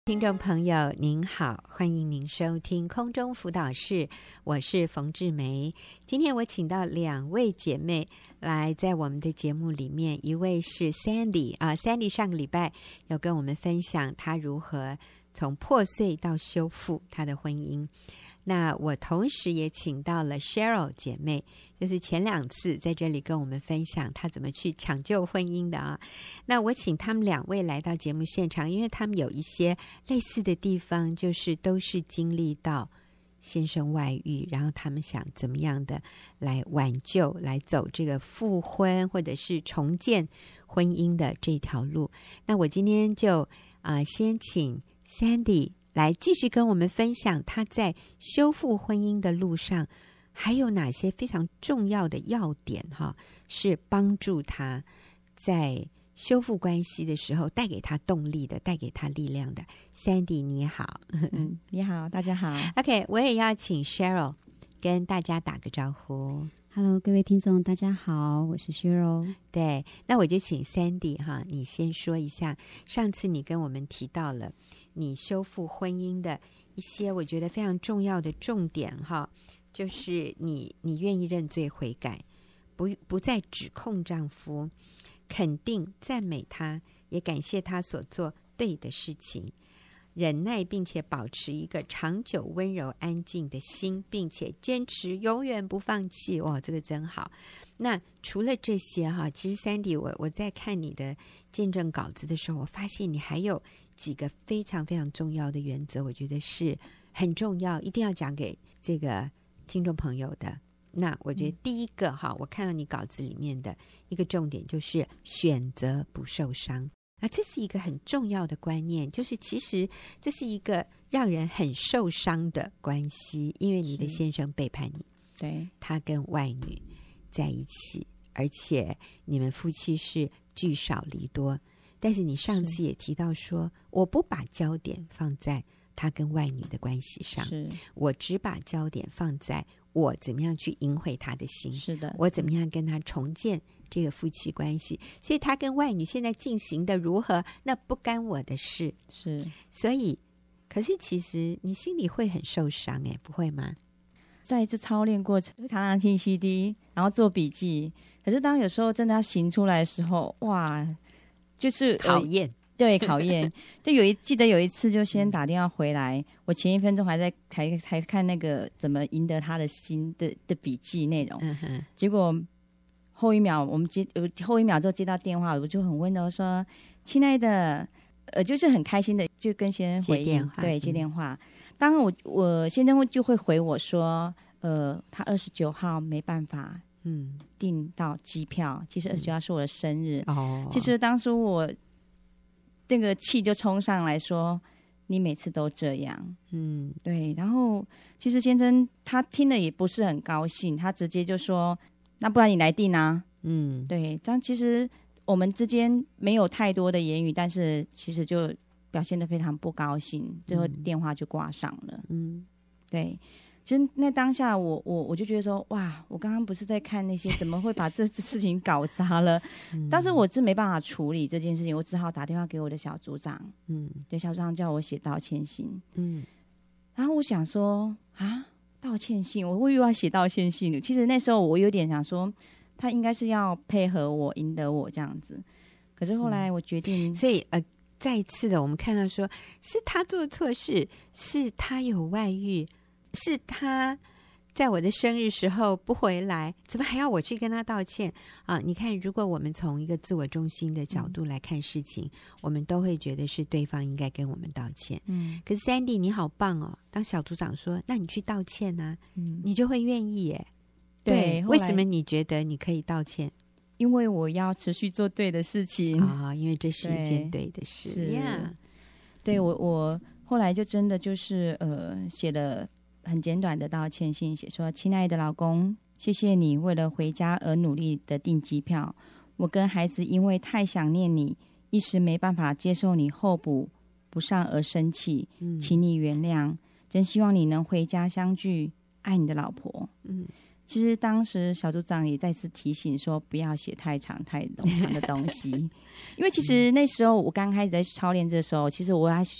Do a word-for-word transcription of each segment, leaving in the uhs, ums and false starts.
听众朋友您好，欢迎您收听空中辅导室，我是冯志梅。今天我请到两位姐妹来在我们的节目里面，一位是 Sandy 啊 Sandy 上个礼拜有跟我们分享她如何从破碎到修复她的婚姻。那我同时也请到了 Cheryl 姐妹，就是前两次在这里跟我们分享她怎么去抢救婚姻的啊。那我请他们两位来到节目现场，因为他们有一些类似的地方，就是都是经历到先生外遇，然后他们想怎么样的来挽救，来走这个复婚或者是重建婚姻的这条路。那我今天就啊、呃，先请 Sandy来继续跟我们分享他在修复婚姻的路上还有哪些非常重要的要点哈，是帮助他在修复关系的时候带给他动力的，带给他力量的。 Sandy 你好。 嗯，你好，大家好。 OK， 我也要请 Cheryl 跟大家打个招呼。 Hello， 各位听众大家好，我是 Cheryl。 对，那我就请 Sandy 哈，你先说一下，上次你跟我们提到了你修复婚姻的一些我觉得非常重要的重点哈，就是你你愿意认罪悔改，不不再指控丈夫，肯定赞美他，也感谢他所做对的事情，忍耐并且保持一个长久温柔安静的心，并且坚持永远不放弃。哇，这个真好。那除了这些哈，其实 Sandy 我我在看你的见证稿子的时候，我发现你还有几个非常非常重要的原则，我觉得是很重要，一定要讲给这个听众朋友的。那我觉得第一个哈，我看到你稿子里面的一个重点就是选择不受伤。啊，这是一个很重要的观念，就是其实这是一个让人很受伤的关系，因为你的先生背叛你， 对， 他跟外女在一起，而且你们夫妻是聚少离多。但是你上次也提到说，我不把焦点放在他跟外女的关系上， 是我只把焦点放在我怎么样去赢回他的心， 是的， 我怎么样跟他重建这个夫妻关系。所以他跟外女现在进行的如何，那不干我的事。 是， 所以可是其实你心里会很受伤，哎，不会吗？ 在这操练过程常常听 C D 然后做笔记，可是当有时候真的要行出来的时候，哇，就是考验、呃、 对，考验。就有一记得有一次就先打电话回来、嗯、我前一分钟还在还还看那个怎么赢得他的心的的笔记内容、嗯、哼，结果后一秒我们接后一秒之后接到电话，我就很温柔说亲爱的，呃，就是很开心的就跟先生回应，对，接电话、嗯、当然我我先生就会回我说呃，他二十九号没办法嗯订到机票，其实二十九号是我的生日、嗯、哦，其实当初我那个气就冲上来说你每次都这样，嗯，对，然后其实先生他听了也不是很高兴，他直接就说那不然你来订啊，嗯，对，这样其实我们之间没有太多的言语，但是其实就表现得非常不高兴，最后电话就挂上了，嗯，对，其实那当下我我我就觉得说哇，我刚刚不是在看那些怎么会把这事情搞砸了、嗯、但是我是没办法处理这件事情，我只好打电话给我的小组长，嗯，对，小组长叫我写道歉信，嗯，然后我想说啊，道歉信我又要写道歉信了，其实那时候我有点想说他应该是要配合我赢得我这样子，可是后来我决定、嗯、 所以呃，再一次的我们看到说是他做错事，是他有外遇，是他在我的生日时候不回来，怎么还要我去跟他道歉啊？你看，如果我们从一个自我中心的角度来看事情、嗯、我们都会觉得是对方应该跟我们道歉，嗯，可是 Sandy 你好棒哦，当小组长说那你去道歉啊、嗯、你就会愿意耶，对，为什么你觉得你可以道歉？ 因为我要持续做对的事情啊、哦，因为这是一件对的事， 是、yeah. 对，我我后来就真的就是呃写了很简短的道歉信，写说亲爱的老公，谢谢你为了回家而努力的订机票，我跟孩子因为太想念你，一时没办法接受你候补不上而生气、嗯、请你原谅，真希望你能回家相聚，爱你的老婆。嗯，其实当时小组长也再次提醒说不要写太长太冗长的东西因为其实那时候我刚开始在操练的时候，其实我还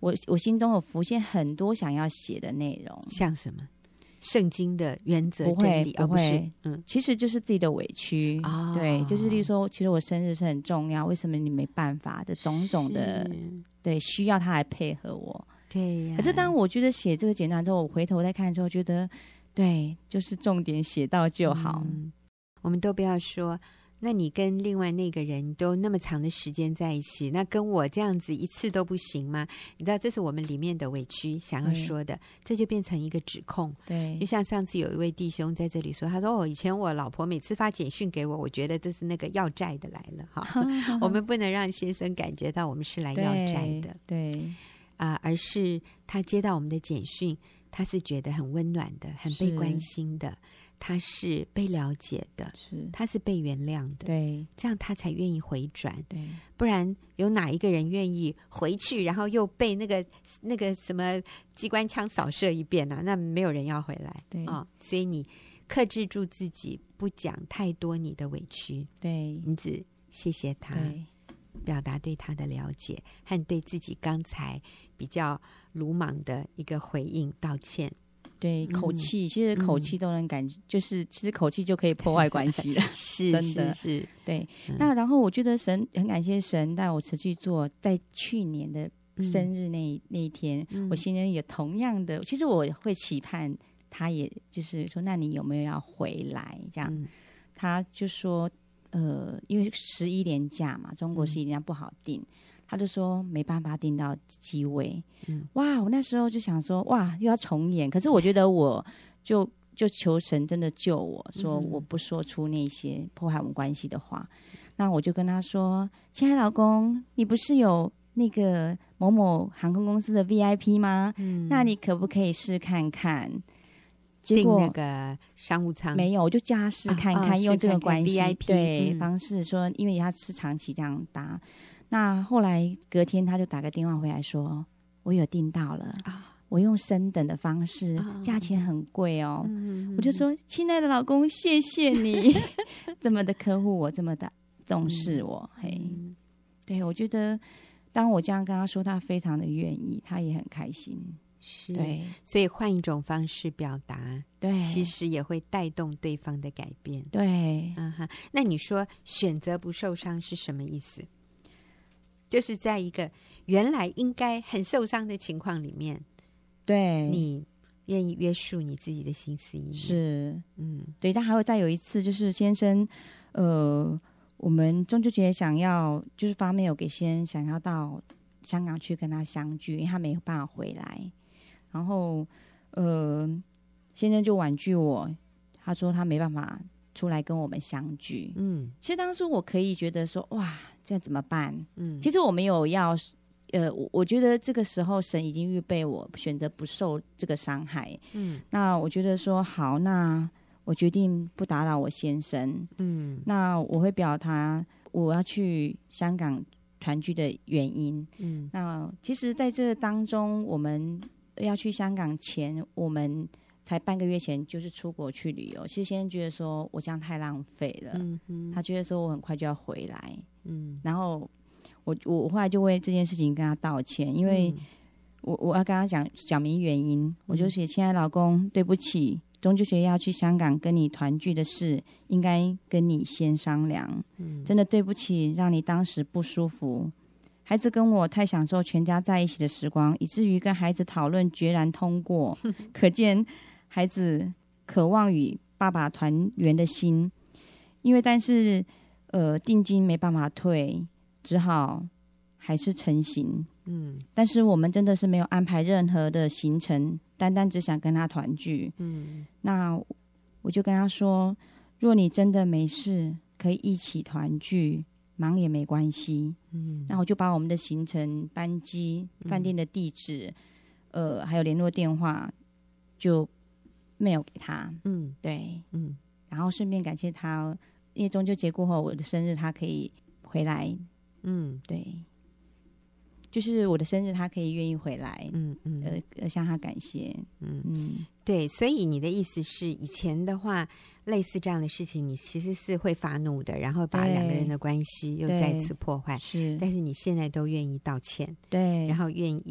我我心中有浮现很多想要写的内容， 像什么？圣经的原则不会真理， 不会、 哦、不是，嗯， 其实就是自己的委屈、哦、对，就是例如说其实我生日是很重要，为什么你没办法的种种的，对，需要他来配合我， 对呀、啊。 可是当我觉得写这个简短之后，我回头再看之后觉得对，就是重点写到就好、嗯、 我们都不要说那你跟另外那个人都那么长的时间在一起，那跟我这样子一次都不行吗？你知道这是我们里面的委屈想要说的，这就变成一个指控。 对， 就像上次有一位弟兄在这里说，他说哦，以前我老婆每次发简讯给我，我觉得这是那个要债的来了哈。我们不能让先生感觉到我们是来要债的， 对啊、呃，而是他接到我们的简讯，他是觉得很温暖的，很被关心的，他是被了解的， 是他是被原谅的， 对， 这样他才愿意回转。 对， 不然有哪一个人愿意回去，然后又被那个那个什么机关枪扫射一遍啊？那没有人要回来。 对啊、哦，所以你克制住自己，不讲太多你的委屈， 对， 你只谢谢他， 对， 表达对他的了解和对自己刚才比较鲁莽的一个回应道歉。 对，口气、嗯、其实口气都能感觉、嗯、就是其实口气就可以破坏关系了是真的是, 是对、嗯、那然后我觉得神很感谢神带我持续做，在去年的生日那、嗯、那一天、嗯、我先生也同样的，其实我会期盼他也就是说那你有没有要回来这样、嗯、他就说呃，因为十一连假嘛，中国十一连假不好定、嗯，他就说没办法订到机位、嗯，哇！我那时候就想说，哇，又要重演。可是我觉得我就就求神真的救我，说我不说出那些破坏我们关系的话、嗯。那我就跟他说，亲爱的老公，你不是有那个某某航空公司的 V I P 吗？嗯，那你可不可以试看看？结果订那个商务舱没有，我就叫他试看看，哦哦、用这个关系 V I P 对、 嗯、 方式说，因为他是长期这样搭。那后来隔天他就打个电话回来说，我有订到了、啊、我用升等的方式、啊、价钱很贵哦、嗯、我就说亲爱的老公谢谢你这么的呵护我，这么的重视我、嗯、嘿、嗯，对，我觉得当我这样跟他说，他非常的愿意，他也很开心， 是， 对， 所以换一种方式表达， 对， 其实也会带动对方的改变， 对， 嗯哼。那你说选择不受伤是什么意思？就是在一个原来应该很受伤的情况里面， 对， 你愿意约束你自己的心思意念， 是， 嗯， 对。但还会再有一次，就是先生，呃，我们中秋节想要，就是发 mail 给先生，想要到香港去跟他相聚，因为他没有办法回来，然后，呃，先生就婉拒我，他说他没办法出来跟我们相聚。嗯，其实当初我可以觉得说，哇，这样怎么办？嗯，其实我没有要，呃，我我觉得这个时候神已经预备我选择不受这个伤害。嗯，那我觉得说好，那我决定不打扰我先生。嗯，那我会表达我要去香港团聚的原因。嗯，那其实在这当中，我们要去香港前，我们才半个月前就是出国去旅游，其实先生觉得说我这样太浪费了，嗯嗯，他觉得说我很快就要回来，嗯，然后我我后来就为这件事情跟他道歉，因为我我要跟他讲讲明原因，嗯，我就写亲爱的老公，对不起，中秋节要去香港跟你团聚的事，应该跟你先商量，嗯，真的对不起，让你当时不舒服。孩子跟我太享受全家在一起的时光，以至于跟孩子讨论决然通过，可见孩子渴望与爸爸团圆的心，因为但是呃定金没办法退，只好还是成行。嗯，但是我们真的是没有安排任何的行程，单单只想跟他团聚。嗯，那我就跟他说，若你真的没事，可以一起团聚，忙也没关系。嗯，那我就把我们的行程、班机、饭店的地址，嗯，呃，还有联络电话，就mail给他。嗯，对，嗯，然后顺便感谢他，因为中秋节过后我的生日他可以回来。嗯，对，就是我的生日他可以愿意回来。嗯嗯，呃呃向他感谢。嗯嗯， 对，所以你的意思是以前的话类似这样的事情你其实是会发怒的，然后把两个人的关系又再次破坏，是，但是你现在都愿意道歉， 对， 然后愿意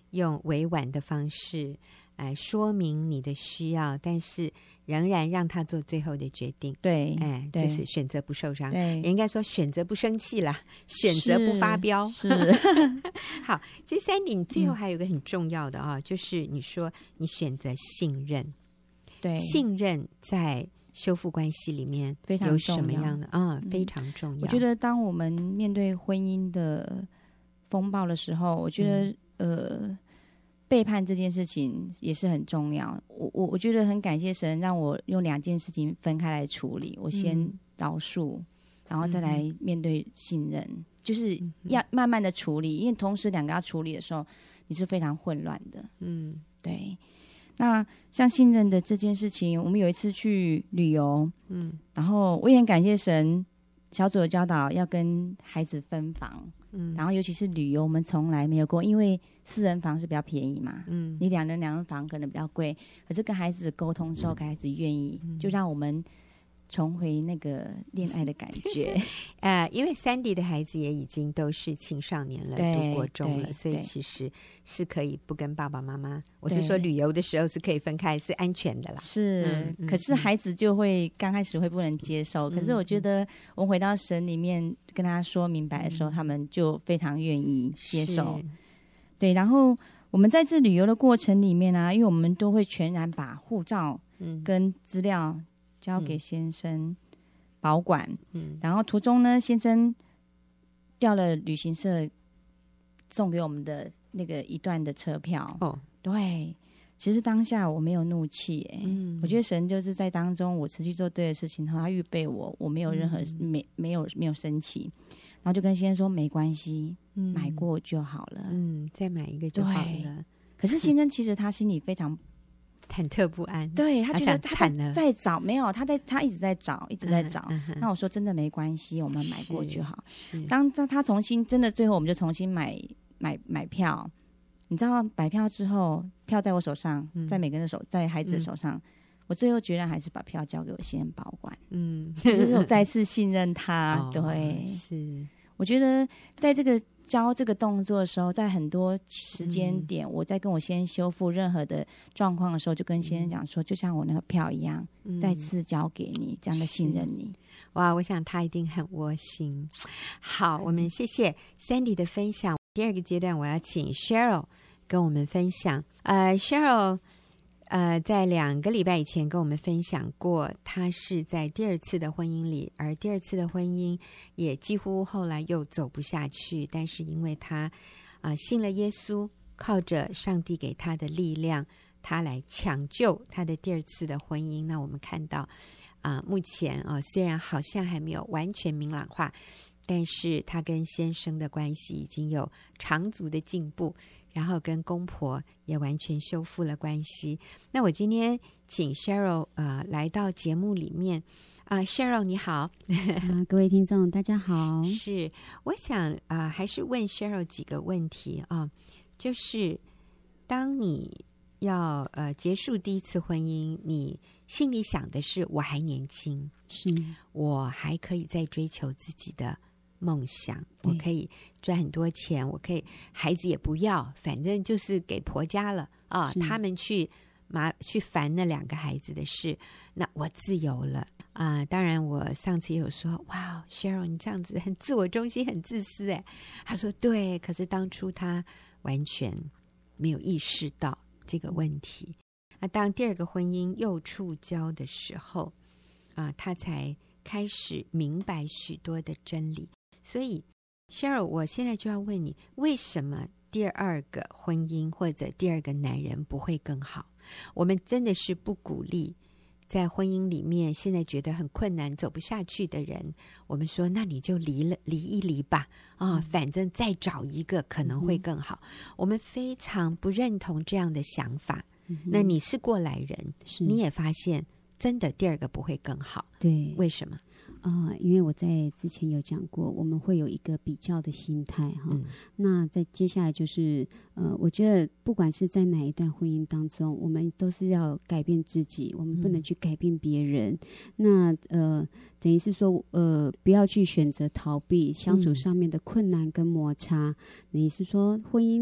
用委婉的方式来说明你的需要，但是仍然让他做最后的决定。 对， 哎， 对， 就是选择不受伤， 对， 也应该说选择不生气啦，选择不发飙。 是， 好，这Sandy你最后还有一个很重要的啊、嗯，就是你说你选择信任。 对， 信任在修复关系里面有什么样的啊、嗯？非常重要。 我觉得当我们面对婚姻的风暴的时候，我觉得、嗯、呃。背叛这件事情也是很重要，我我我觉得很感谢神让我用两件事情分开来处理，我先饶恕、嗯、然后再来面对信任、嗯、就是要慢慢的处理，因为同时两个要处理的时候你是非常混乱的。嗯，对。那像信任的这件事情，我们有一次去旅游，嗯，然后我也很感谢神小组的教导要跟孩子分房，嗯，然后尤其是旅游我们从来没有过，因为四人房是比较便宜嘛，嗯，你两人两人房可能比较贵，可是跟孩子沟通之后，孩子愿意、嗯、就让我们重回那个恋爱的感觉。 呃，因为Sandy的孩子也已经都是青少年了，读国中了，所以其实是可以不跟爸爸妈妈，我是说旅游的时候是可以分开，是安全的啦。 是、嗯、可是孩子就会、嗯、刚开始会不能接受、嗯、可是我觉得我们回到神里面跟他说明白的时候、嗯、他们就非常愿意接受。对，然后我们在这旅游的过程里面啊，因为我们都会全然把护照跟资料交给先生保管、嗯、然后途中呢先生调了旅行社送给我们的那个一段的车票。哦，对，其实当下我没有怒气、欸嗯、我觉得神就是在当中我持续做对的事情，他预备我，我没有任何、嗯、没没有没有生气，然后就跟先生说没关系、嗯、买过就好了， 嗯，再买一个就好了。 可是先生其实他心里非常忐忑不安， 对，他觉得他在, 在找，没有，他在他一直在找一直在找、嗯嗯、那我说真的没关系，我们买过就好。当他重新真的最后我们就重新买买买票，你知道买票之后票在我手上、嗯、在每个人的手，在孩子的手上、嗯、我最后决然还是把票交给我先生保管。嗯，就是我再次信任他、哦、对，是我觉得在这个教这个动作的时候，在很多时间点、嗯、我在跟我先生修复任何的状况的时候，就跟先生讲说、嗯、就像我那个票一样、嗯、再次交给你，这样的信任你。 哇，我想他一定很窝心。好，我们谢谢 Sandy 的分享。第二个阶段我要请 Cheryl 跟我们分享。呃 Cheryl呃，在两个礼拜以前跟我们分享过，他是在第二次的婚姻里，而第二次的婚姻也几乎后来又走不下去，但是因为他啊、呃、信了耶稣，靠着上帝给他的力量，他来抢救他的第二次的婚姻。那我们看到啊、呃，目前啊、呃、虽然好像还没有完全明朗化，但是他跟先生的关系已经有长足的进步，然后跟公婆也完全修复了关系。那我今天请 Cheryl 呃来到节目里面啊、呃、，Cheryl 你好、 啊，各位听众大家好。 是，我想啊、呃、还是问 Cheryl 几个问题啊，就是当你要呃结束第一次婚姻，你心里想的是我还年轻， 是我还可以再追求自己的梦想，我可以赚很多钱，我可以孩子也不要，反正就是给婆家了啊，他们去麻去烦那两个孩子的事，那我自由了啊。当然我上次也有说，哇 Cheryl 你这样子很自我中心很自私哎，他说对，可是当初他完全没有意识到这个问题。那当第二个婚姻又触礁的时候啊，他才开始明白许多的真理。所以 Cheryl 我现在就要问你，为什么第二个婚姻或者第二个男人不会更好？我们真的是不鼓励在婚姻里面现在觉得很困难走不下去的人，我们说那你就离了离一离吧啊，反正再找一个可能会更好、嗯、我们非常不认同这样的想法、嗯、那你是过来人，你也发现真的第二个不会更好， 对， 为什么？ 啊、呃，因为我在之前有讲过，我们会有一个比较的心态哈、嗯。那在接下来就是呃，我觉得不管是在哪一段婚姻当中，我们都是要改变自己，我们不能去改变别人。嗯、那呃，等于是说呃，不要去选择逃避相处上面的困难跟摩擦。嗯、等于是说婚姻。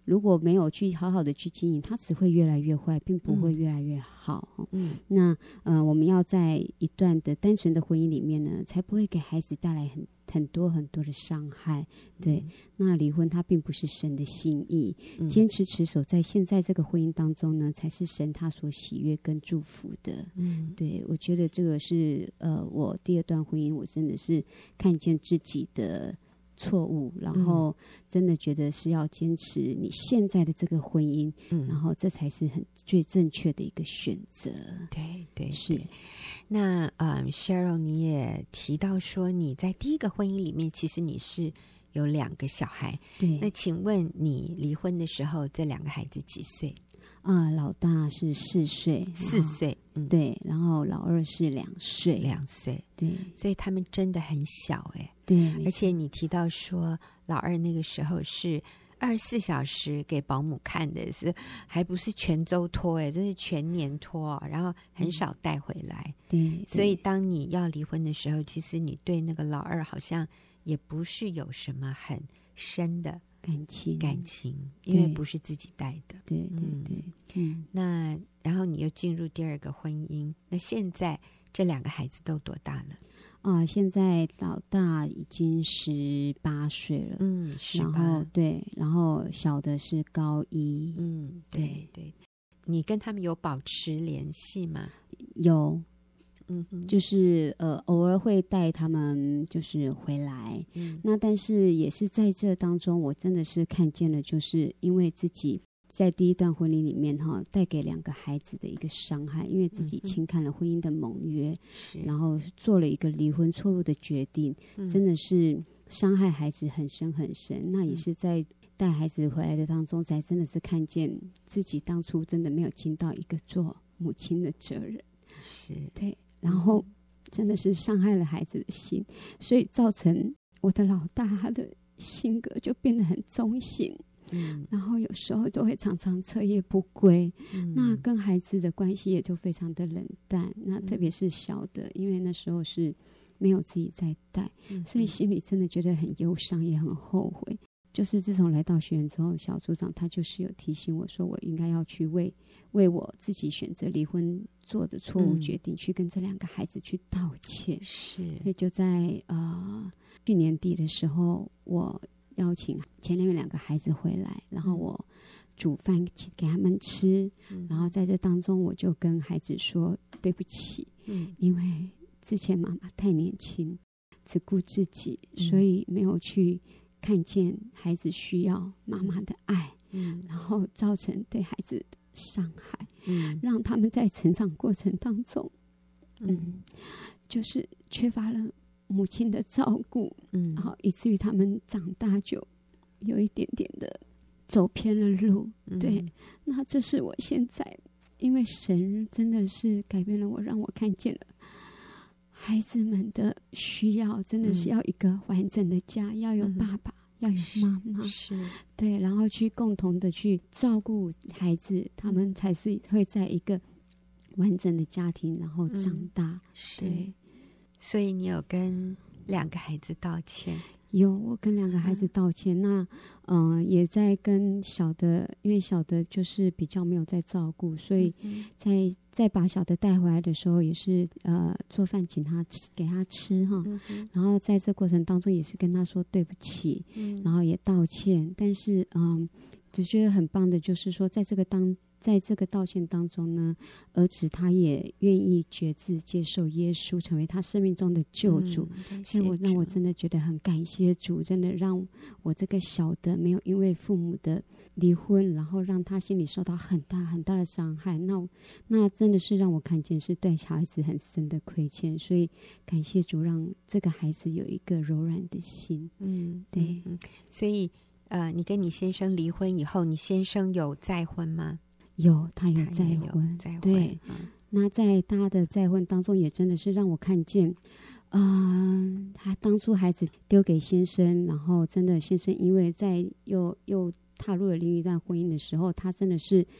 如果没有去好好的去经营，它只会越来越坏，并不会越来越好。嗯，那呃，我们要在一段的单纯的婚姻里面呢，才不会给孩子带来很很多很多的伤害。对，嗯、那离婚它并不是神的心意，嗯、坚持持守在现在这个婚姻当中呢，才是神他所喜悦跟祝福的。嗯，对，我觉得这个是呃，我第二段婚姻，我真的是看见自己的错误，然后真的觉得是要坚持你现在的这个婚姻，嗯、然后这才是很最正确的一个选择。 对对， 是。 对，那呃 Cheryl 你也提到说你在第一个婚姻里面其实你是有两个小孩， 对， 那请问你离婚的时候这两个孩子几岁？ 啊、呃，老大是四岁， 四岁，嗯， 对，然后老二是两岁， 两岁， 对， 所以他们真的很小哎， 对， 而且你提到说老二那个时候是二十四小时给保姆看的，是还不是全周托哎，这是全年托，然后很少带回来， 对，对， 所以当你要离婚的时候，其实你对那个老二好像也不是有什么很深的感情， 感情，因为不是自己带的。 对对对，嗯。 那然后你又进入第二个婚姻，那现在这两个孩子都多大了？ 啊、呃，现在老大已经十八岁了， 嗯， 然后对，然后小的是高一， 嗯，对对。你跟他们有保持联系吗？ 有。 嗯哼， 就是呃，偶尔会带他们就是回来，嗯，那但是也是在这当中，我真的是看见了，就是因为自己在第一段婚姻里面哈，带给两个孩子的一个伤害，因为自己轻看了婚姻的盟约，嗯、然后做了一个离婚错误的决定，嗯、真的是伤害孩子很深很深。那也是在带孩子回来的当中，才真的是看见自己当初真的没有尽到一个做母亲的责任， 是对。然后真的是伤害了孩子的心，所以造成我的老大他的性格就变得很忠心，嗯，然后有时候都会常常彻夜不归，嗯，那跟孩子的关系也就非常的冷淡，那特别是小的，因为那时候是没有自己在带，嗯，所以心里真的觉得很忧伤，也很后悔。就是自从来到学院之后，小组长他就是有提醒我说，我应该要去为为我自己选择离婚做的错误决定，嗯、去跟这两个孩子去道歉。 是， 所以就在呃去年底的时候，我邀请前面两个孩子回来，然后我煮饭给他们吃，嗯、然后在这当中，我就跟孩子说对不起，嗯，因为之前妈妈太年轻，只顾自己，嗯、所以没有去看见孩子需要妈妈的爱，嗯，然后造成对孩子的伤害，嗯，让他们在成长过程当中，嗯，就是缺乏了母亲的照顾，嗯，然后以至于他们长大就有一点点的走偏了路，嗯、对，那这是我现在，因为神真的是改变了我，让我看见了孩子们的需要，真的是要一个完整的家，嗯、要有爸爸，嗯、要有妈妈， 是对，然后去共同的去照顾孩子，他们才是会在一个完整的家庭，然后长大。嗯、 是，对，所以你有跟两个孩子道歉？ 有，我跟两个孩子道歉。嗯、那嗯、呃，也在跟小的，因为小的就是比较没有在照顾，所以在在把小的带回来的时候，也是呃做饭请他吃，给他吃哈。嗯、然后在这过程当中，也是跟他说对不起，嗯、然后也道歉。但是嗯，就觉得很棒的，就是说在这个当。在这个道歉当中呢，儿子他也愿意决志接受耶稣，成为他生命中的救主，嗯、所以我让我真的觉得很感谢主，真的让我这个小的没有因为父母的离婚，然后让他心里受到很大很大的伤害，那那真的是让我看见是对小孩子很深的亏欠，所以感谢主让这个孩子有一个柔软的心。嗯，对， 嗯、所以呃，你跟你先生离婚以后，你先生有再婚吗？ 有，他有再婚， 再婚对。嗯、那在他的再婚当中，也真的是让我看见，呃，他当初孩子丢给先生，然后真的先生因为在又又踏入了另一段婚姻的时候，他真的是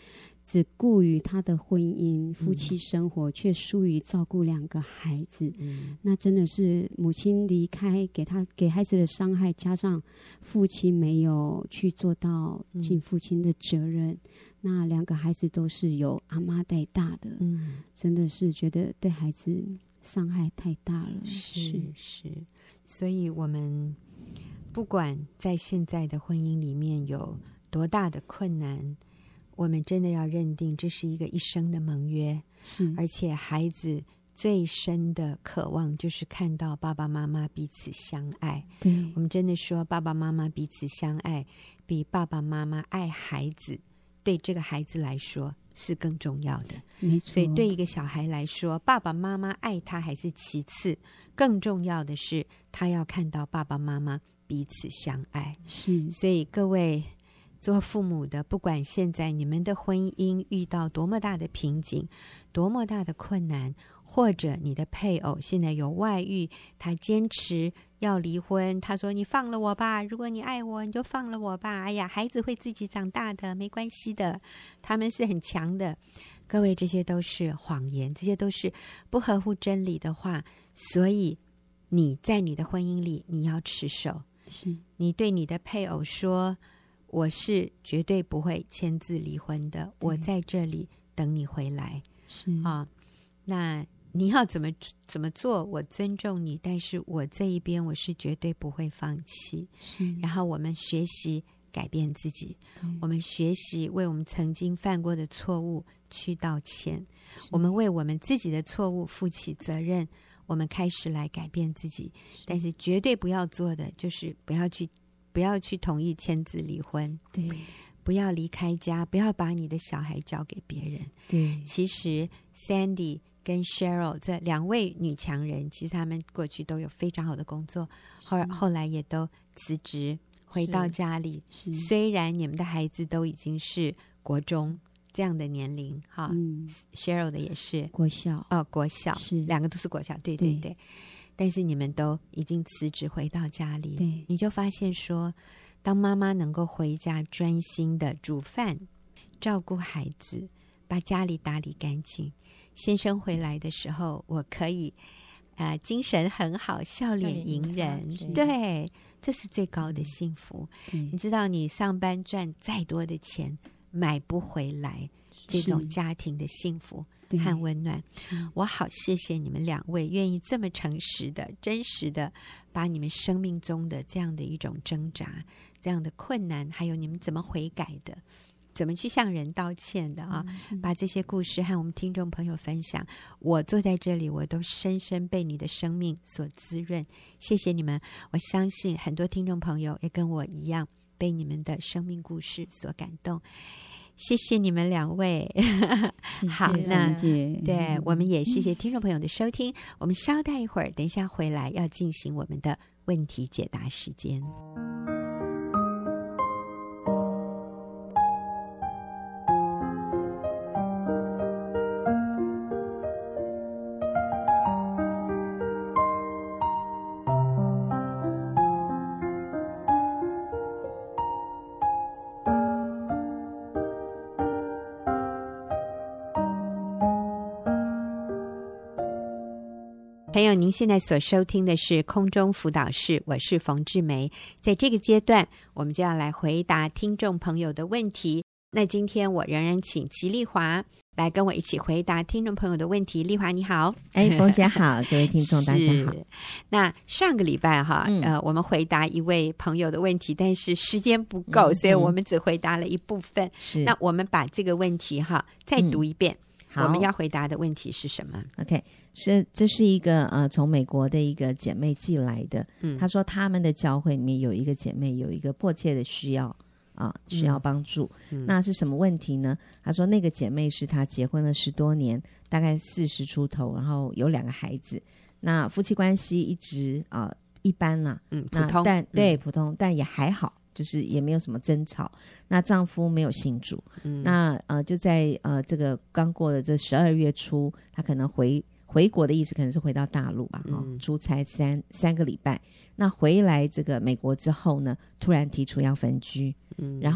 只顾于他的婚姻夫妻生活，嗯、却疏于照顾两个孩子，嗯、那真的是母亲离开给他给孩子的伤害，加上父亲没有去做到尽父亲的责任，嗯、那两个孩子都是由阿妈带大的，嗯、真的是觉得对孩子伤害太大了。 是是，所以我们不管在现在的婚姻里面有多大的困难，我们真的要认定这是一个一生的盟约， 是， 而且孩子最深的渴望就是看到爸爸妈妈彼此相爱。 对， 我们真的说爸爸妈妈彼此相爱比爸爸妈妈爱孩子对这个孩子来说是更重要的。 没错， 所以对一个小孩来说，爸爸妈妈爱他还是其次，更重要的是他要看到爸爸妈妈彼此相爱。 是， 所以各位做父母的，不管现在你们的婚姻遇到多么大的瓶颈，多么大的困难，或者你的配偶现在有外遇，他坚持要离婚，他说你放了我吧，如果你爱我你就放了我吧，哎呀，孩子会自己长大的，没关系的，他们是很强的。各位，这些都是谎言，这些都是不合乎真理的话。所以你在你的婚姻里你要持守， 是你对你的配偶说，我是绝对不会签字离婚的，我在这里等你回来。 是啊，那你要怎么怎么做，我尊重你，但是我这一边我是绝对不会放弃。 是， 然后我们学习改变自己，我们学习为我们曾经犯过的错误去道歉，我们为我们自己的错误负起责任，我们开始来改变自己。但是绝对不要做的就是不要去不要去同意签字离婚， 对， 不要离开家，不要把你的小孩交给别人。 对， 其实 Sandy 跟 Cheryl 这两位女强人，其实他们过去都有非常好的工作，后后来也都辞职回到家里。虽然你们的孩子都已经是国中这样的年龄哈、嗯、，Cheryl 的也是国校哦，国校是两个都是国校，对对 对, 对。但是你们都已经辞职回到家里， 对， 你就发现说，当妈妈能够回家专心的煮饭、照顾孩子，把家里打理干净，先生回来的时候，我可以呃精神很好，笑脸迎人，对，这是最高的幸福。你知道，你上班赚再多的钱，买不回来这种家庭的幸福和温暖。我好谢谢你们两位愿意这么诚实的真实的把你们生命中的这样的一种挣扎，这样的困难，还有你们怎么悔改的，怎么去向人道歉的啊，把这些故事和我们听众朋友分享。我坐在这里，我都深深被你的生命所滋润，谢谢你们。我相信很多听众朋友也跟我一样被你们的生命故事所感动，谢谢你们两位。好，那对，我们也谢谢听众朋友的收听。我们稍待一会儿，等一下回来要进行我们的问题解答时间。朋友，您现在所收听的是空中辅导室，我是冯志梅。在这个阶段，我们就要来回答听众朋友的问题。那今天我仍然请齐丽华来跟我一起回答听众朋友的问题。丽华你好。 哎，冯姐好，各位听众大家好。 那上个礼拜哈、嗯，呃，我们回答一位朋友的问题，但是时间不够、嗯，所以我们只回答了一部分。 是， 那我们把这个问题哈再读一遍。嗯、我们要回答的问题是什么 ？OK。是，这是一个呃，从美国的一个姐妹寄来的。嗯，她说他们的教会里面有一个姐妹有一个迫切的需要啊，需要帮助、嗯。那是什么问题呢？她说那个姐妹是她结婚了十多年，大概四十出头，然后有两个孩子。那夫妻关系一直啊、呃、一般啦、啊， 嗯，普通， 但对、 嗯、 普通，但也还好。就是也没有什么争吵，那丈夫没有信主，嗯、那呃就在呃这个刚过的这十二月初，他可能回回国的意思可能是回到大陆吧，哈、嗯，出差三三个礼拜，那回来这个美国之后呢，突然提出要分居，嗯，然后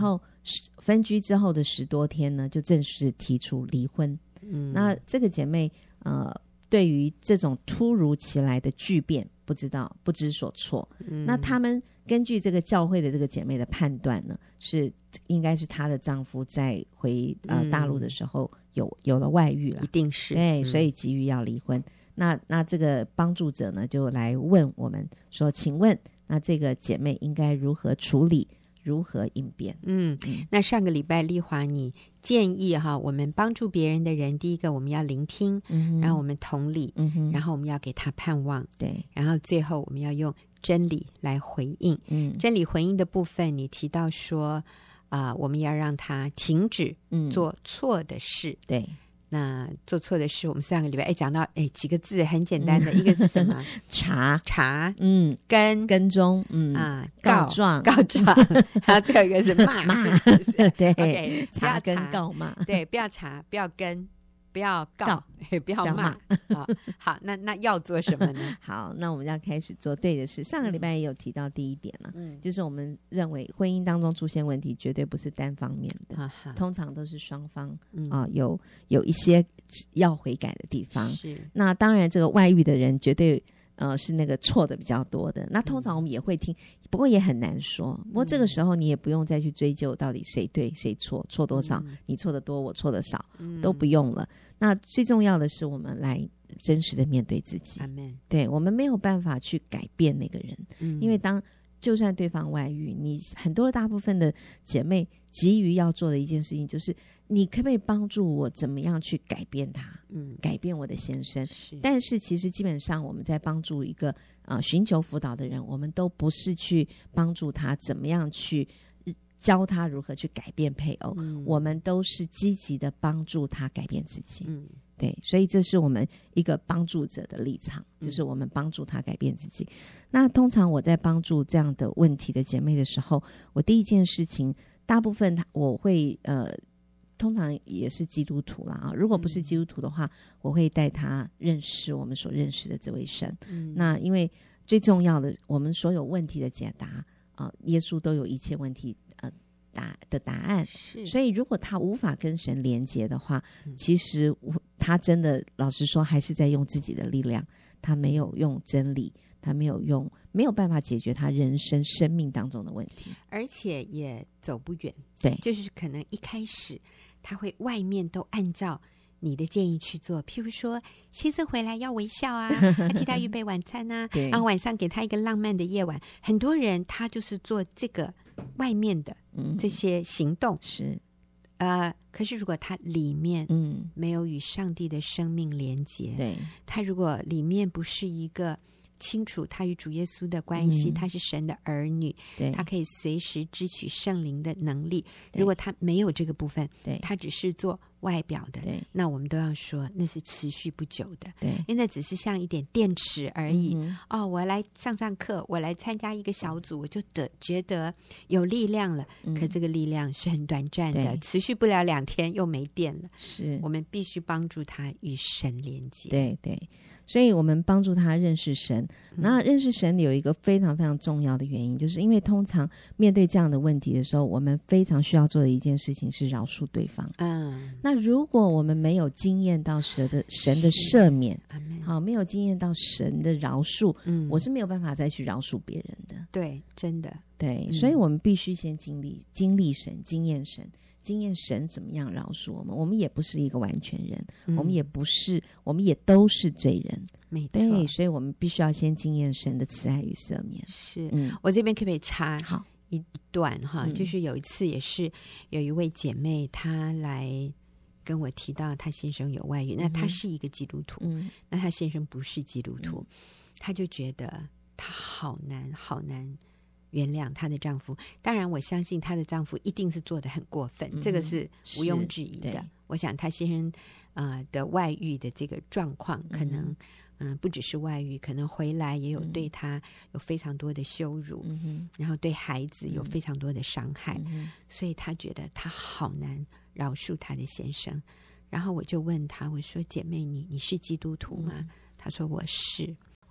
分居之后的十多天呢，就正式提出离婚。嗯，那这个姐妹呃，对于这种突如其来的巨变，不知道不知所措。嗯，那他们根据这个教会的这个姐妹的判断呢，是应该是她的丈夫在回呃大陆的时候有有了外遇了， 一定是对， 嗯、 所以急于要离婚。那那这个帮助者呢，就来问我们说，请问那这个姐妹应该如何处理，如何应变？ 嗯，那上个礼拜丽华你建议哈，我们帮助别人的人，第一个我们要聆听，嗯、然后我们同理，嗯、然后我们要给他盼望， 对， 然后最后我们要用真理来回应。嗯，真理回应的部分，你提到说啊、呃，我们要让他停止做错的事， 嗯、对。 那做错的事，我们上个礼拜哎讲到哎几个字很简单的，嗯、一个是什么？ 查查， 嗯， 跟跟踪，嗯啊， 告状告状，然后最后一个是骂骂，对， okay, 查跟告骂， 对，不要查，不要跟，不要告，告也不要骂。好, 好，那那要做什么呢？ 好，那我们要开始做对的事。上个礼拜也有提到第一点了，嗯，就是我们认为婚姻当中出现问题，绝对不是单方面的，哈哈，通常都是双方、嗯、啊，有有一些要悔改的地方。 是， 那当然，这个外遇的人绝对呃是那个错的比较多的。那通常我们也会听，嗯、不过也很难说。不过这个时候你也不用再去追究到底谁对谁错，错多少，嗯、你错的多，我错的少，嗯、都不用了。那最重要的是，我们来真实的面对自己。 Amen。 对，我们没有办法去改变那个人，嗯、因为当就算对方外遇，你很多大部分的姐妹急于要做的一件事情，就是你可不可以帮助我怎么样去改变他，嗯，改变我的先生。是，但是其实基本上我们在帮助一个呃寻求辅导的人，我们都不是去帮助他怎么样去教他如何去改变配偶，嗯、我们都是积极的帮助他改变自己。嗯，对，所以这是我们一个帮助者的立场，就是我们帮助他改变自己。嗯、那通常我在帮助这样的问题的姐妹的时候，我第一件事情，大部分我会呃，通常也是基督徒啦啊。如果不是基督徒的话，嗯、我会带他认识我们所认识的这位神。嗯、那因为最重要的，我们所有问题的解答啊、呃，耶稣都有一切问题呃。答的答案，所以如果他无法跟神连结的话，嗯、其实他真的老实说还是在用自己的力量，他没有用真理，他没有用，没有办法解决他人生生命当中的问题， 而且也走不远。 对， 就是可能一开始他会外面都按照你的建议去做，譬如说先生回来要微笑啊，替他预备晚餐啊，然后晚上给他一个浪漫的夜晚。很多人他就是做这个外面的这些行动， 嗯、是呃，可是如果他里面嗯没有与上帝的生命连结， 对， 他如果里面不是一个清楚他与主耶稣的关系，嗯、他是神的儿女，他可以随时支取圣灵的能力。如果他没有这个部分，他只是做外表的，那我们都要说那是持续不久的，因为那只是像一点电池而已。嗯、哦，我来上上课，我来参加一个小组，我就得觉得有力量了。嗯、可这个力量是很短暂的，持续不了两天又没电了。 是我们必须帮助他与神连接。 对对。所以我们帮助他认识神。那认识神有一个非常非常重要的原因，就是因为通常面对这样的问题的时候，我们非常需要做的一件事情是饶恕对方。嗯，那如果我们没有经验到神的神的赦免，好，没有经验到神的饶恕，嗯，我是没有办法再去饶恕别人的。 对，真的， 对，所以我们必须先经历经历神，经验神。经验神怎么样饶恕我们，我们也不是一个完全人，嗯、我们也不是，我们也都是罪人， 没错。 对，所以我们必须要先经验神的慈爱与赦免。 是，嗯、我这边可不可以插好一一段哈？嗯、就是有一次也是有一位姐妹，她来跟我提到她先生有外遇，嗯、那她是一个基督徒，嗯、那她先生不是基督徒，嗯、她就觉得她好难好难原谅她的丈夫。当然我相信她的丈夫一定是做得很过分，嗯、这个是毋庸置疑的。我想她先生呃的外遇的这个状况可能嗯、呃、不只是外遇，可能回来也有对她有非常多的羞辱，嗯、然后对孩子有非常多的伤害，嗯、所以她觉得她好难饶恕她的先生。然后我就问她，我说姐妹你你是基督徒吗？嗯、她说我是。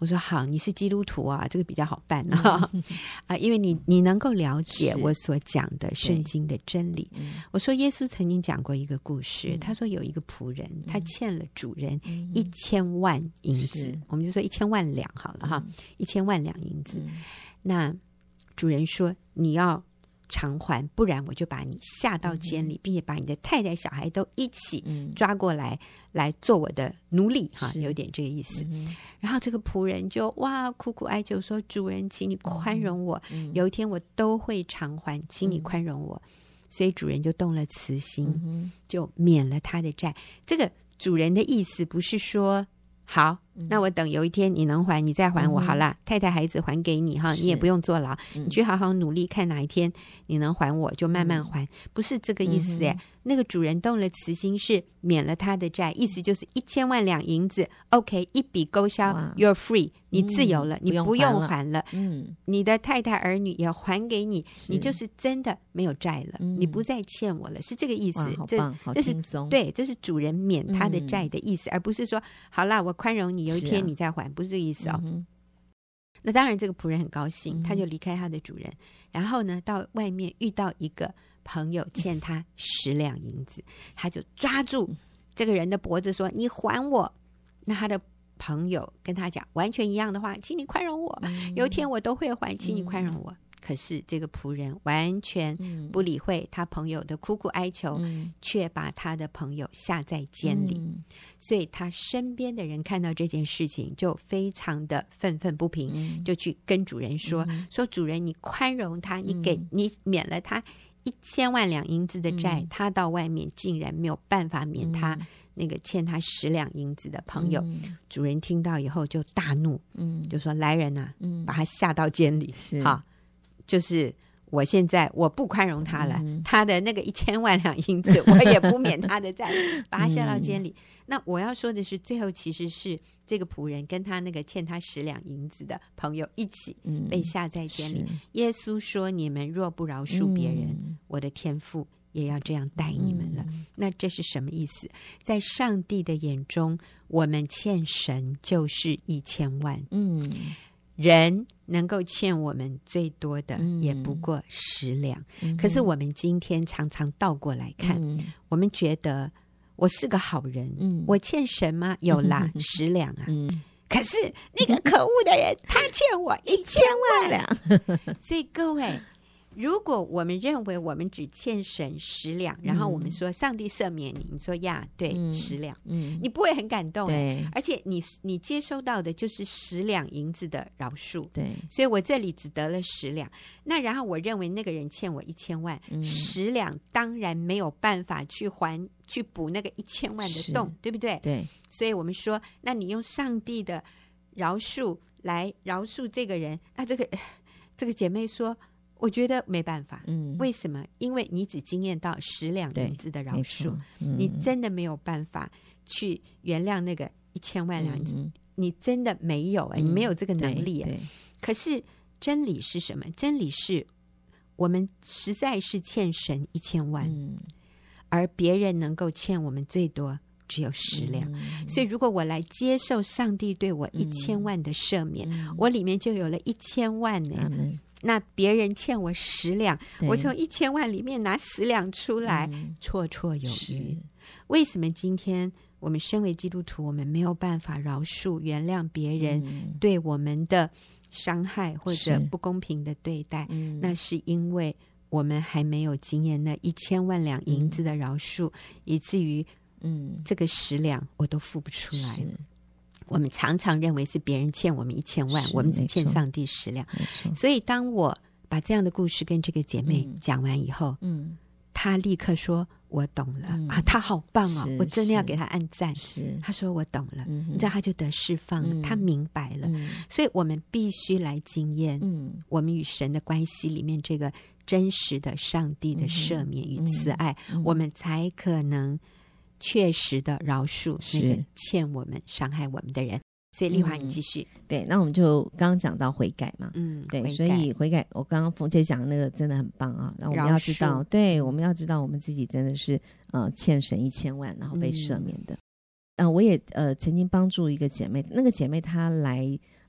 我说好，你是基督徒啊，这个比较好办啊，嗯啊因为你你能够了解我所讲的圣经的真理。我说耶稣曾经讲过一个故事，嗯、他说有一个仆人，他欠了主人一千万银子，我们就说一千万两好了哈，一千万两银子。嗯、那主人说你要偿还，不然我就把你下到监里，嗯、并且把你的太太小孩都一起抓过来，嗯、来做我的奴隶哈，有点这个意思。嗯、然后这个仆人就哇苦苦哀求说，主人请你宽容我，嗯、有一天我都会偿还，请你宽容我。嗯、所以主人就动了慈心，嗯、就免了他的债。这个主人的意思不是说好，那我等有一天你能还，你再还我好啦，嗯、太太孩子还给你哈，你也不用坐牢，嗯、你去好好努力，看哪一天你能还我就慢慢还，嗯、不是这个意思哎。嗯、那个主人动了慈心，是免了他的债，意思就是一千万两银子 OK 一笔勾销 You're free， 你自由了，嗯、你不用还了，嗯、你的太太儿女也还给你，你就是真的没有债了，嗯、你不再欠我了，是这个意思。 好棒，好轻松。 对，这是主人免他的债的意思，嗯、而不是说好啦我宽容你，有一天你再还，不是这个意思哦。嗯、那当然这个仆人很高兴，嗯、他就离开他的主人，然后呢到外面遇到一个朋友欠他十两银子，他就抓住这个人的脖子说你还我。那他的朋友跟他讲完全一样的话，请你宽容我，嗯、有一天我都会还，请你宽容我。嗯、可是这个仆人完全不理会他朋友的苦苦哀求，嗯、却把他的朋友下在监里。嗯、所以他身边的人看到这件事情就非常的愤愤不平，嗯、就去跟主人说，嗯、说主人你宽容他，你给你免了他一千万两银子的债，嗯、他到外面竟然没有办法免他那个欠他十两银子的朋友。嗯、主人听到以后就大怒，嗯、就说来人啊，嗯、把他下到监里。是好，就是我现在我不宽容他了，嗯、他的那个一千万两银子我也不免他的债，把他下到监里。嗯、那我要说的是，最后其实是这个仆人跟他那个欠他十两银子的朋友一起被下在监里。嗯、耶稣说你们若不饶恕别人，嗯、我的天父也要这样待你们了。嗯、那这是什么意思？在上帝的眼中，我们欠神就是一千万。嗯，人能够欠我们最多的也不过十两。嗯、可是我们今天常常倒过来看，嗯、我们觉得我是个好人，嗯、我欠神吗？有啦，嗯、十两啊。嗯、可是那个可恶的人，他欠我一千万两。所以各位，如果我们认为我们只欠神十两，然后我们说上帝赦免你，你说呀，对，嗯、十两，嗯、你不会很感动，对，而且你你接收到的就是十两银子的饶恕，对，所以我这里只得了十两。那然后我认为那个人欠我一千万，嗯、十两当然没有办法去还去补那个一千万的洞，对不对？对，所以我们说，那你用上帝的饶恕来饶恕这个人，啊，这个这个姐妹说，我觉得没办法。嗯，为什么？因为你只经验到十两银子的饶恕，嗯、你真的没有办法去原谅那个一千万两银子，嗯、你真的没有、欸嗯、你没有这个能力、欸。可是真理是什么？真理是我们实在是欠神一千万，嗯、而别人能够欠我们最多只有十两。嗯、所以如果我来接受上帝对我一千万的赦免，嗯、我里面就有了一千万呢、欸。嗯，那别人欠我十两，我从一千万里面拿十两出来，嗯、绰绰有余。为什么今天我们身为基督徒，我们没有办法饶恕、原谅别人对我们的伤害或者不公平的对待？嗯、那是因为我们还没有经验那一千万两银子的饶恕，嗯、以至于嗯，这个十两我都付不出来。我们常常认为是别人欠我们一千万，我们只欠上帝十两。所以当我把这样的故事跟这个姐妹讲完以后，嗯、她立刻说我懂了、嗯、啊，她好棒哦，我真的要给她按赞。她说我懂了，嗯、你知道她就得释放了，嗯、她明白了。嗯、所以我们必须来经验、嗯、我们与神的关系里面这个真实的上帝的赦免与慈爱，嗯嗯、我们才可能确实的饶恕那个欠我们伤害我们的人。所以丽华你继续、 嗯、对，那我们就刚刚讲到悔改嘛，嗯，对，所以悔改我刚刚冯姐讲的那个真的很棒啊。然后我们要知道，对，我们要知道我们自己真的是呃欠神一千万然后被赦免的。嗯、呃，我也呃曾经帮助一个姐妹，那个姐妹她来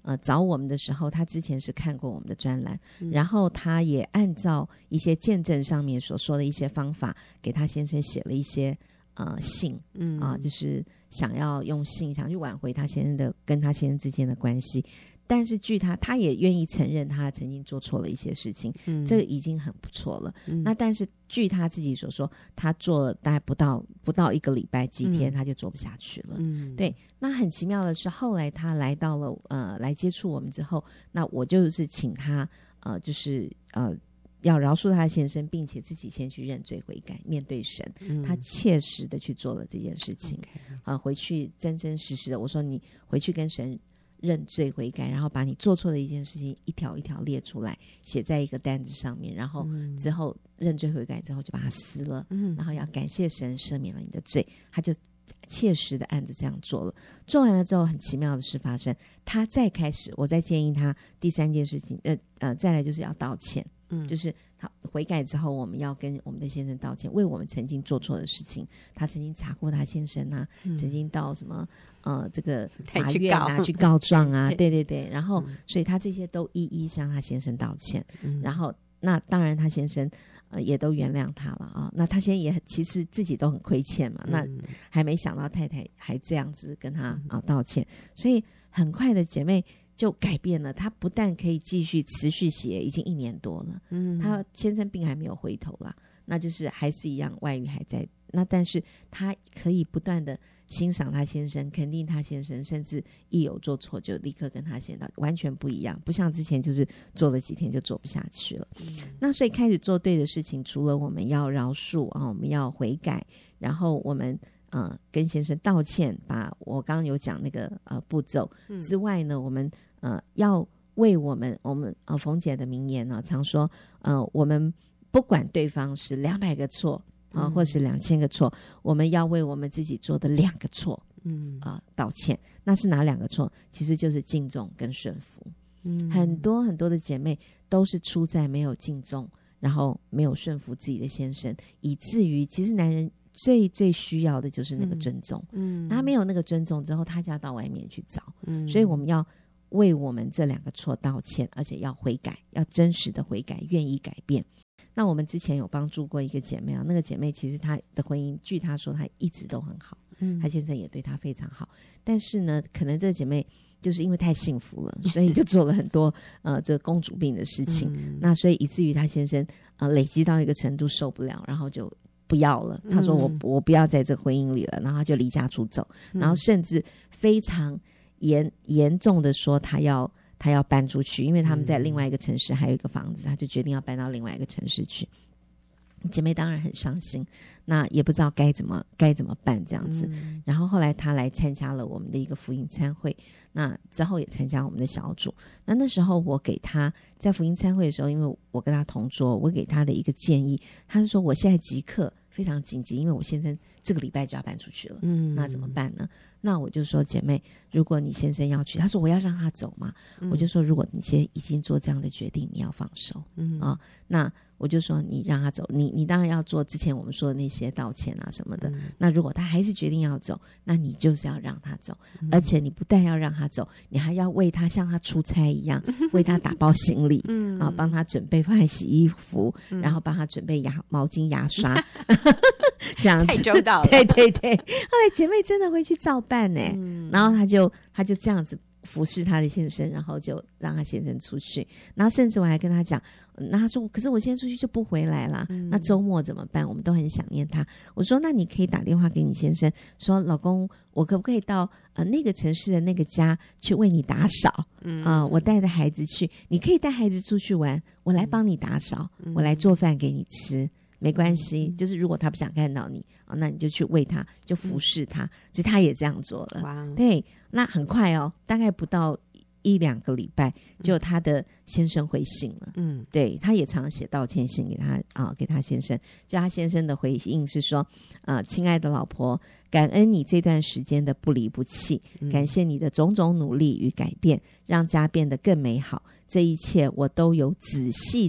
呃找我们的时候，他之前是看过我们的专栏、嗯、然后他也按照一些见证上面所说的一些方法给他先生写了一些呃信，嗯啊、呃，就是想要用信想去挽回他先生的跟他先生之间的关系。但是据他他也愿意承认他曾经做错了一些事情、嗯、这个已经很不错了、嗯、那但是据他自己所说，他做了大概不到不到一个礼拜几天、嗯、他就做不下去了、嗯、对。那很奇妙的是后来他来到了呃来接触我们之后，那我就是请他呃就是呃要饶恕他的先生，并且自己先去认罪悔改面对神、嗯、他切实的去做了这件事情、okay. 呃回去真真实实的，我说你回去跟神认罪悔改，然后把你做错的一件事情一条一条列出来，写在一个单子上面，然后之后认罪悔改之后就把它撕了、嗯、然后要感谢神赦免了你的罪，他就切实的按着这样做了。做完了之后很奇妙的事发生，他再开始我再建议他第三件事情呃呃再来就是要道歉，嗯，就是他悔改之后我们要跟我们的先生道歉，为我们曾经做错的事情，他曾经查过他先生啊、嗯、曾经到什么呃这个法院啊去告状啊对对对，然后、嗯、所以他这些都一一向他先生道歉、嗯、然后那当然他先生呃也都原谅他了啊。那他先生也其实自己都很亏欠嘛、嗯、那还没想到太太还这样子跟他、嗯、啊道歉，所以很快的姐妹就改变了，他不但可以继续持续写，已经一年多了，嗯，他先生病还没有回头啦，那就是还是一样外遇还在，那但是他可以不断的欣赏他先生，肯定他先生，甚至一有做错就立刻跟他先生，完全不一样，不像之前就是做了几天就做不下去了、嗯、那所以开始做对的事情，除了我们要饶恕啊，我们要悔改，然后我们呃，跟先生道歉，把我刚刚有讲那个呃步骤之外呢、嗯、我们呃要为我们我们呃冯姐的名言呢、啊、常说呃我们不管对方是两百个错啊、呃、或是两千个错、嗯、我们要为我们自己做的两个错嗯啊、呃、道歉。那是哪两个错？其实就是敬重跟顺服。嗯，很多很多的姐妹都是出在没有敬重，然后没有顺服自己的先生，以至于其实男人最最需要的就是那个尊重，嗯，他没有那个尊重之后，他就要到外面去找，嗯，所以我们要为我们这两个错道歉，而且要悔改，要真实的悔改，愿意改变。那我们之前有帮助过一个姐妹啊，那个姐妹其实她的婚姻，据她说，她一直都很好，嗯，她先生也对她非常好，但是呢，可能这个姐妹就是因为太幸福了，所以就做了很多呃这个公主病的事情，嗯、那所以以至于她先生呃累积到一个程度受不了，然后就不要了，他说我、嗯、我不要在这个婚姻里了，然后他就离家出走，嗯、然后甚至非常严严重的说他要他要搬出去，因为他们在另外一个城市还有一个房子，他就决定要搬到另外一个城市去。姐妹当然很伤心，那也不知道该怎么该怎么办这样子、嗯、然后后来她来参加了我们的一个福音餐会，那之后也参加我们的小组。那那时候我给她在福音餐会的时候，因为我跟她同桌，我给她的一个建议，她就说我现在即刻非常紧急，因为我先生这个礼拜就要搬出去了，嗯，那怎么办呢？那我就说姐妹，如果你先生要去，她说我要让他走嘛、嗯、我就说如果你现在已经做这样的决定，你要放手，嗯啊，那我就说你让他走，你你当然要做之前我们说的那些道歉啊什么的、嗯、那如果他还是决定要走，那你就是要让他走、嗯、而且你不但要让他走，你还要为他像他出差一样为他打包行李、嗯、啊，帮他准备放在洗衣服、嗯、然后帮他准备牙毛巾牙刷这样子太周到了对对对，后来姐妹真的会去照办呢、欸嗯、然后他就他就这样子服侍他的先生，然后就让他先生出去，然后甚至我还跟他讲，那他说可是我先出去就不回来啦、嗯、那周末怎么办？我们都很想念他。我说那你可以打电话给你先生说，老公我可不可以到呃那个城市的那个家去为你打扫、嗯呃、我带着孩子去，你可以带孩子出去玩，我来帮你打扫、嗯、我来做饭给你吃，没关系、嗯、就是如果他不想看到你、哦、那你就去喂他，就服侍他、嗯、所以他也这样做了。哇，对，那很快哦，大概不到一两个礼拜就他的先生回信了，嗯，对，他也常写道歉信给他啊，给他先生，就他先生的回应是说啊，亲爱的老婆，感恩你这段时间的不离不弃、嗯、感谢你的种种努力与改变，让家变得更美好，这一切我都有仔细的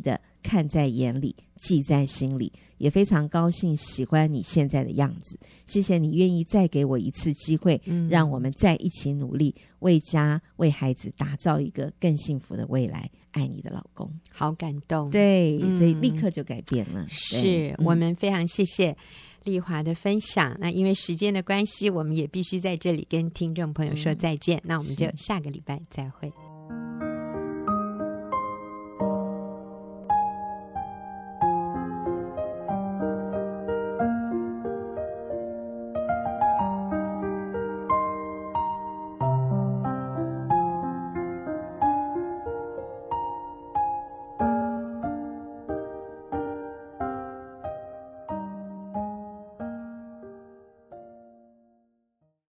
看在眼里，记在心里，也非常高兴喜欢你现在的样子。谢谢你愿意再给我一次机会、嗯、让我们再一起努力，为家为孩子打造一个更幸福的未来。爱你的老公。 好感动。 对、 嗯、 所以立刻就改变了。 是、嗯、我们非常谢谢丽华的分享。那因为时间的关系，我们也必须在这里跟听众朋友说再见、嗯、那我们就下个礼拜再会。